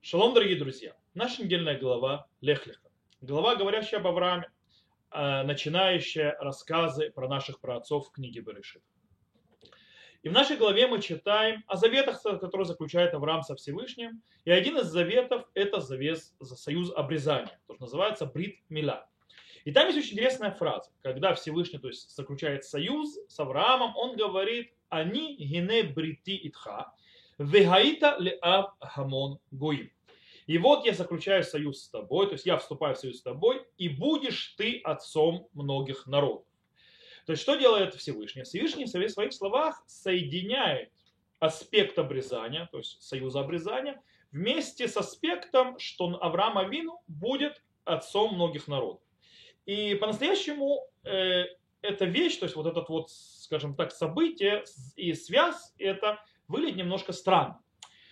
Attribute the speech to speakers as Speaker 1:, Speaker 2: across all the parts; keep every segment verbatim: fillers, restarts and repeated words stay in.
Speaker 1: Шалом, дорогие друзья! Наша недельная глава Лех Леха. Глава, говорящая об Аврааме, э, начинающая рассказы про наших праотцов в книге Берешит. И в нашей главе мы читаем о заветах, которые заключает Авраам со Всевышним. И один из заветов – это завет за союз обрезания, то, что называется Брит Миля. И там есть очень интересная фраза. Когда Всевышний, то есть, заключает союз с Авраамом, он говорит «Ани гине брити итха, вегаита леав хамон гоим». И вот я заключаю союз с тобой, то есть я вступаю в союз с тобой, и будешь ты отцом многих народов. То есть что делает Всевышний? Всевышний в своих словах соединяет аспект обрезания, то есть союза обрезания, вместе с аспектом, что Авраам Авину будет отцом многих народов. И по-настоящему э, эта вещь, то есть вот этот вот, скажем так, событие и связь, это выглядит немножко странно.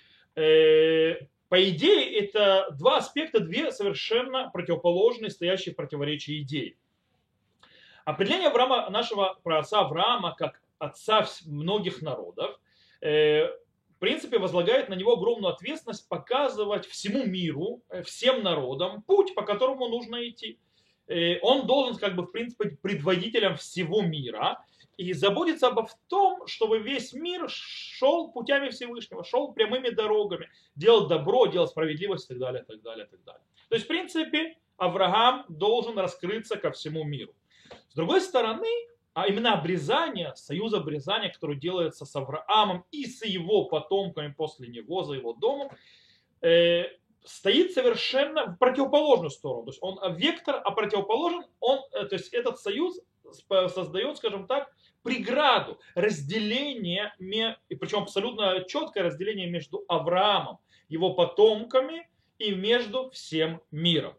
Speaker 1: Э, по идее, это два аспекта, две совершенно противоположные, стоящие в противоречии идеи. Определение Авраама, нашего праотца Авраама как отца многих народов, э, в принципе, возлагает на него огромную ответственность показывать всему миру, всем народам путь, по которому нужно идти. Он должен, как бы, в принципе, быть предводителем всего мира и заботиться обо том, чтобы весь мир шел путями Всевышнего, шел прямыми дорогами, делал добро, делал справедливость и так далее, так далее, так далее. То есть, в принципе, Авраам должен раскрыться ко всему миру. С другой стороны, а именно обрезание, союз обрезания, который делается с Авраамом и с его потомками после него, за его домом, э, стоит совершенно в противоположную сторону. То есть он вектор, а противоположен, он, то есть этот союз создает, скажем так, преграду, разделение, и причем абсолютно четкое разделение между Авраамом, его потомками и между всем миром.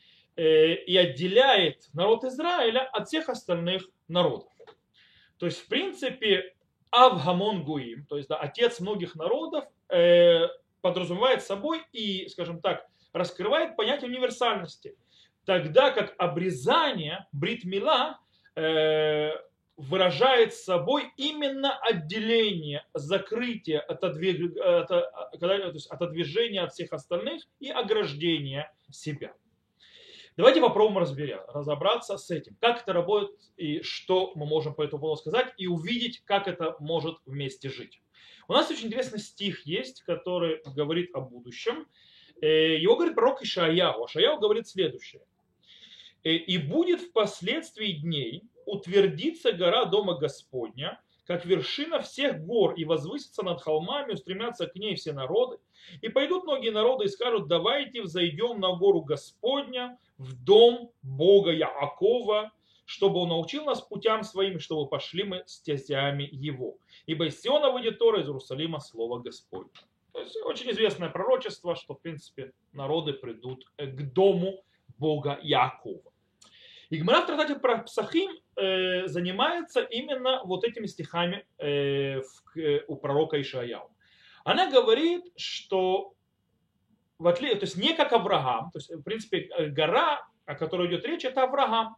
Speaker 1: И отделяет народ Израиля от всех остальных народов. То есть, в принципе, Авгамон Гуим, то есть да, отец многих народов, подразумевает собой и, скажем так, раскрывает понятие универсальности. Тогда как обрезание, брит мила, э, выражает собой именно отделение, закрытие, отодвиг, отодвижение от всех остальных и ограждение себя. Давайте попробуем разберем, разобраться с этим, как это работает и что мы можем по этому поводу сказать и увидеть, как это может вместе жить. У нас очень интересный стих есть, который говорит о будущем. Его говорит пророк Ишаяу. Ишаяу говорит следующее. «И будет впоследствии дней утвердиться гора Дома Господня, как вершина всех гор, и возвысится над холмами, устремятся к ней все народы. И пойдут многие народы и скажут, давайте взойдем на гору Господня, в дом Бога Яакова, чтобы он научил нас путям своим, и чтобы пошли мы стезями его. Ибо из Сиона выйдет Тора, из Иерусалима слово Господне». То есть очень известное пророчество, что, в принципе, народы придут к дому Бога Яакова. И Гемара в трактате про Псахим э, занимается именно вот этими стихами э, в, э, у пророка Ишаяу. Она говорит, что в отличие, то есть не как Авраам, то есть, в принципе, гора, о которой идет речь, это Авраам.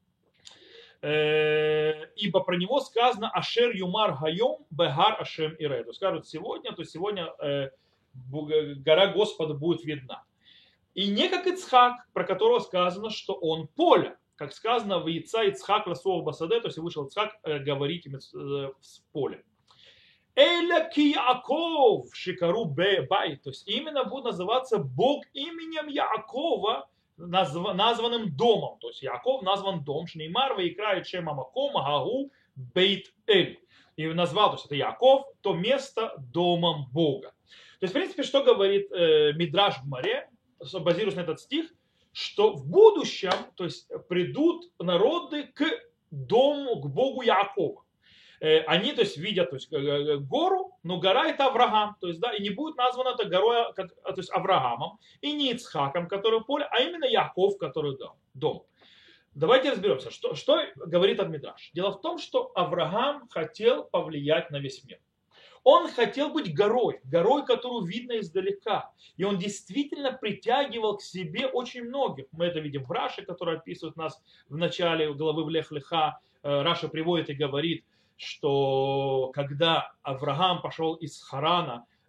Speaker 1: Э, ибо про него сказано Ашер Юмар Хайом Бегар Ашем Ире. То есть скажут сегодня, то есть сегодня э, гора Господа будет видна. И не как Ицхак, про которого сказано, что он поле. Как сказано в Яйца Ицхак Ласуах Басаде, то есть вышел Ицхак э, говорить им с поля. Эля ки Яаков Шикару Бай, то есть именно будет называться Бог именем Яакова, назв, названным домом. То есть Яаков назван дом, Шнеймар Ваикра Чема Макома Гагу Бейт Эль. И назвал, то есть это Яаков, то место домом Бога. То есть, в принципе, что говорит э, Мидраш в Гмаре, базируясь на этот стих, что в будущем, то есть придут народы к дому, к Богу Яакова. Они, то есть, видят, то есть, гору, но гора это Авраам, то есть, да, и не будет названа эта горой, как, то есть, Авраамом, и не Ицхаком, который поле, а именно Яаков, который дом. Давайте разберемся, что, что говорит Мидраш. Дело в том, что Авраам хотел повлиять на весь мир. Он хотел быть горой, горой, которую видно издалека. И он действительно притягивал к себе очень многих. Мы это видим в Раше, который описывает нас в начале главы в Лех Леха. Раша приводит и говорит, что когда Авраам пошел из Харана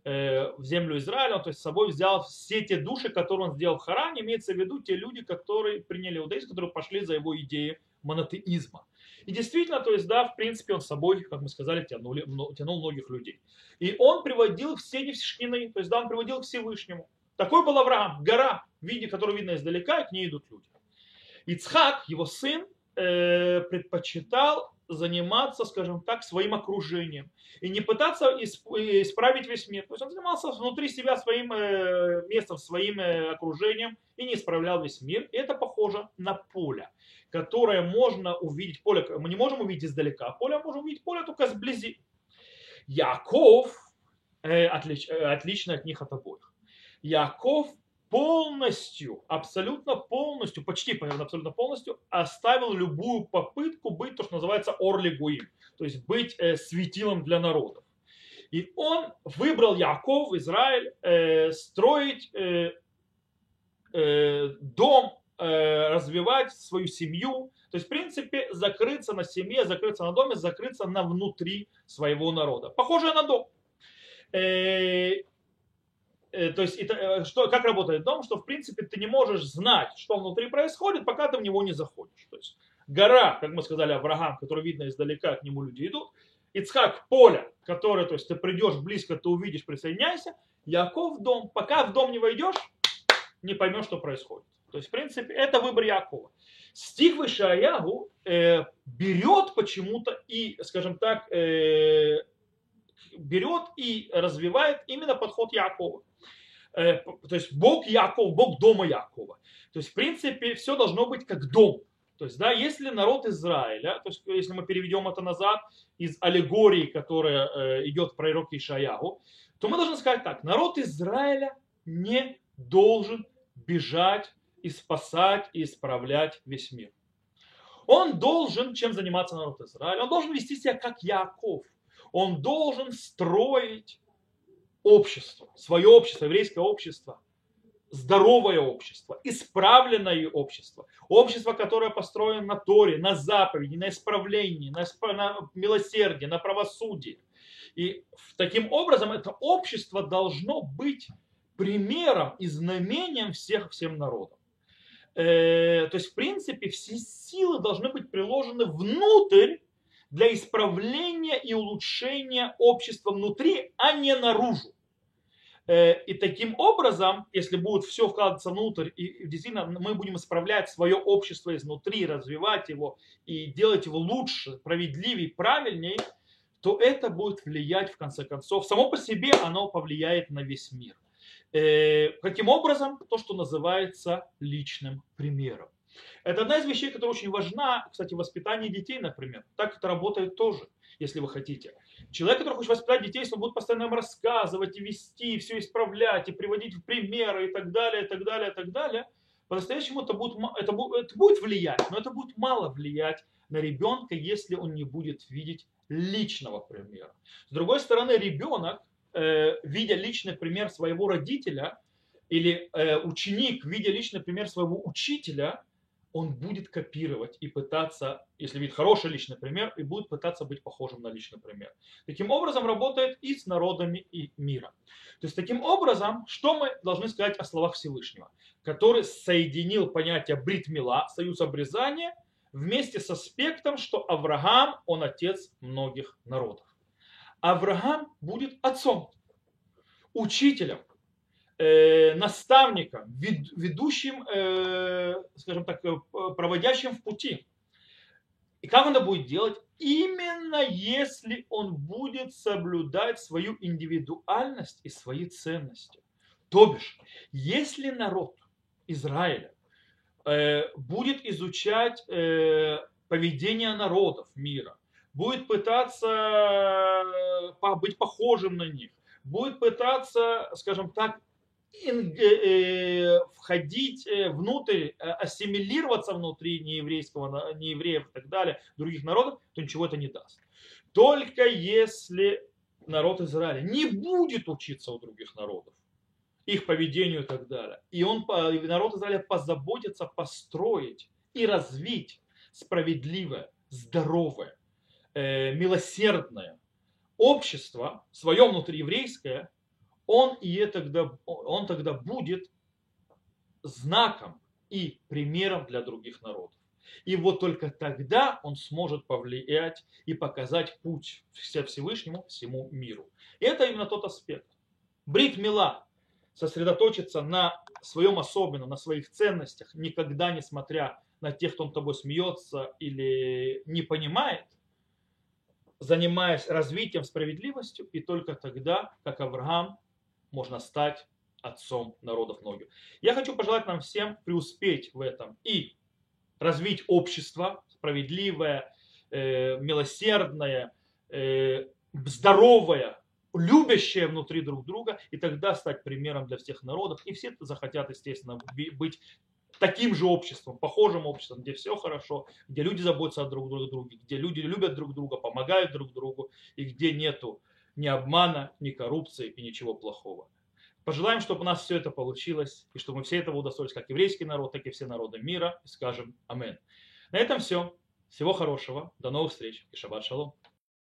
Speaker 1: в землю Израиля, он то есть с собой взял все те души, которые он сделал в Харане, имеется в виду те люди, которые приняли иудаизм, которые пошли за его идеи монотеизма. И действительно, то есть, да, в принципе, он с собой, как мы сказали, тянули, тянул многих людей. И он приводил все нефшкины, то есть, да, он приводил к Всевышнему. Такой был Авраам, гора, в виде, которую видно издалека, и к ней идут люди. Ицхак, его сын, э, предпочитал заниматься, скажем так, своим окружением и не пытаться исправить весь мир. То есть он занимался внутри себя своим э, местом, своим э, окружением и не исправлял весь мир. И это похоже на поле, которое можно увидеть. Поле мы не можем увидеть издалека, поле мы можем увидеть поле только сблизи. Яков э, отлич, э, отлично от них от обоих. Яков полностью, абсолютно полностью, почти, наверное, абсолютно полностью оставил любую попытку быть то, что называется орлигуим, то есть быть э, светилом для народов. И он выбрал, Яков, Израиль, э, строить э, э, дом, э, развивать свою семью, то есть, в принципе, закрыться на семье, закрыться на доме, закрыться на внутри своего народа. Похоже на дом. Э, То есть, это, что, как работает дом, что в принципе ты не можешь знать, что внутри происходит, пока ты в него не заходишь. То есть гора, как мы сказали, Авраам, который видно издалека, к нему люди идут. Ицхак поле, которое, то есть ты придешь близко, ты увидишь, присоединяйся. Яков дом, пока в дом не войдешь, не поймешь, что происходит. То есть, в принципе, это выбор Якова. Стих в Ишайягу э, берет почему-то и, скажем так, э, берет и развивает именно подход Якова. То есть Бог Яков, Бог дома Якова. То есть, в принципе, все должно быть как дом. То есть, да, если народ Израиля, то есть, если мы переведем это назад из аллегории, которая э, идет в пророке Ишайягу, то мы должны сказать так: народ Израиля не должен бежать и спасать и исправлять весь мир. Он должен, чем заниматься народ Израиля? Он должен вести себя как Яков. Он должен строить общество, свое общество, еврейское общество, здоровое общество, исправленное общество, общество, которое построено на Торе, на заповеди, на исправлении, на, на милосердии, на правосудии. И таким образом это общество должно быть примером и знамением всех всем народам. Э, то есть, в принципе, все силы должны быть приложены внутрь для исправления и улучшения общества внутри, а не наружу. И таким образом, если будет все вкладываться внутрь, и действительно мы будем исправлять свое общество изнутри, развивать его и делать его лучше, справедливее, правильнее, то это будет влиять, в конце концов, само по себе оно повлияет на весь мир. Каким образом? То, что называется личным примером. Это одна из вещей, которая очень важна, кстати, в воспитании детей, например. Так это работает тоже, если вы хотите. Человек, который хочет воспитать детей, если он будет постоянно им рассказывать и вести, все исправлять, и приводить в примеры, и так далее, и так далее, и так далее, по-настоящему это будет, это, будет, это будет влиять, но это будет мало влиять на ребенка, если он не будет видеть личного примера. С другой стороны, ребенок, э, видя личный пример своего родителя, или э, ученик, видя личный пример своего учителя, он будет копировать и пытаться, если видит хороший личный пример, и будет пытаться быть похожим на личный пример. Таким образом работает и с народами и миром. То есть таким образом, что мы должны сказать о словах Всевышнего, который соединил понятие брит мила, союз обрезания, вместе с аспектом, что Авраам, он отец многих народов. Авраам будет отцом, учителем, наставником, ведущим, скажем так, проводящим в пути. И как он это будет делать? Именно если он будет соблюдать свою индивидуальность и свои ценности. То бишь, если народ Израиля будет изучать поведение народов мира, будет пытаться быть похожим на них, будет пытаться, скажем так, входить внутрь, ассимилироваться внутри нееврейского, неевреев и так далее, других народов, то ничего это не даст. Только если народ Израиля не будет учиться у других народов, их поведению и так далее, и он, народ Израиля позаботится построить и развить справедливое, здоровое, милосердное общество, свое внутриеврейское, он, и тогда, он тогда будет знаком и примером для других народов. И вот только тогда он сможет повлиять и показать путь Всевышнему, всему миру. И это именно тот аспект. Брит Мила сосредоточиться на своем особенном, на своих ценностях, никогда не смотря на тех, кто над тобой смеется или не понимает, занимаясь развитием, справедливостью, и только тогда, как Авраам, можно стать отцом народов многих. Я хочу пожелать нам всем преуспеть в этом и развить общество справедливое, э, милосердное, э, здоровое, любящее внутри друг друга, и тогда стать примером для всех народов. И все захотят, естественно, быть таким же обществом, похожим обществом, где все хорошо, где люди заботятся о друг друге, где люди любят друг друга, помогают друг другу, и где нету ни обмана, ни коррупции и ничего плохого. Пожелаем, чтобы у нас все это получилось, и чтобы мы все этого удостоились, как еврейский народ, так и все народы мира, и скажем амин. На этом все. Всего хорошего. До новых встреч и шаббат шалом.